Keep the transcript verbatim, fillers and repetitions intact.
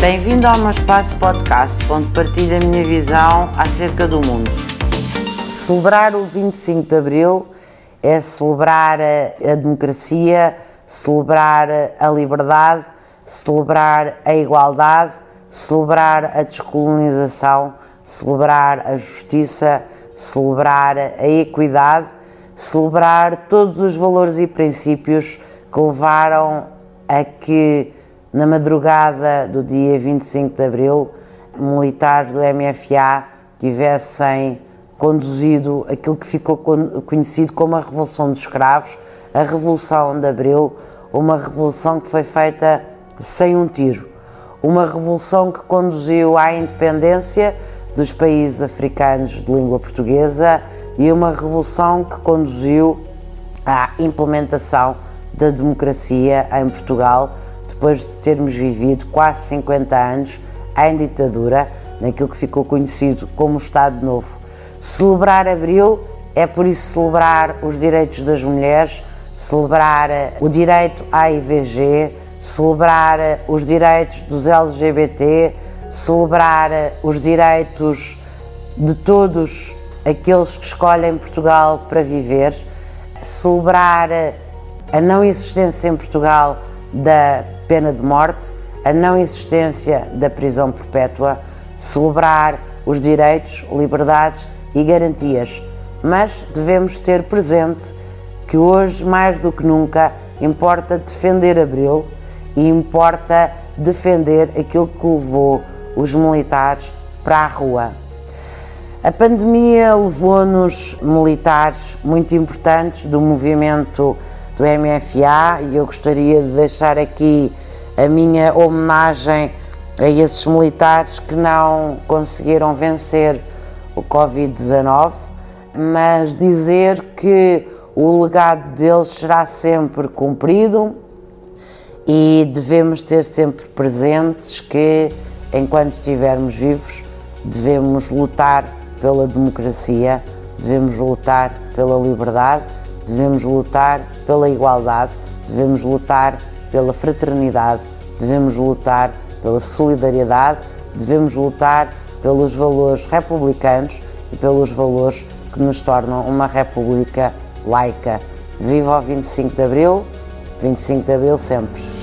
Bem-vindo ao meu espaço podcast, onde partilho a minha visão acerca do mundo. Celebrar o vinte e cinco de Abril é celebrar a democracia, celebrar a liberdade, celebrar a igualdade, celebrar a descolonização, celebrar a justiça, celebrar a equidade, celebrar todos os valores e princípios que levaram a que, na madrugada do dia vinte e cinco de Abril, militares do M F A tivessem conduzido aquilo que ficou conhecido como a Revolução dos Escravos, a Revolução de Abril, uma revolução que foi feita sem um tiro, uma revolução que conduziu à independência dos países africanos de língua portuguesa e uma revolução que conduziu à implementação da democracia em Portugal, depois de termos vivido quase cinquenta anos em ditadura, naquilo que ficou conhecido como o Estado Novo. Celebrar Abril é, por isso, celebrar os direitos das mulheres, celebrar o direito à I V G, celebrar os direitos dos L G B T, celebrar os direitos de todos aqueles que escolhem Portugal para viver, celebrar a não existência em Portugal da pena de morte, a não existência da prisão perpétua, celebrar os direitos, liberdades e garantias. Mas devemos ter presente que hoje, mais do que nunca, importa defender Abril e importa defender aquilo que levou os militares para a rua. A pandemia levou-nos militares muito importantes do movimento do M F A e eu gostaria de deixar aqui a minha homenagem a esses militares que não conseguiram vencer o covid dezanove, mas dizer que o legado deles será sempre cumprido e devemos ter sempre presentes que, enquanto estivermos vivos, devemos lutar pela democracia, devemos lutar pela liberdade, devemos lutar pela igualdade, devemos lutar pela fraternidade, devemos lutar pela solidariedade, devemos lutar pelos valores republicanos e pelos valores que nos tornam uma república laica. Viva o vinte e cinco de Abril, vinte e cinco de Abril sempre!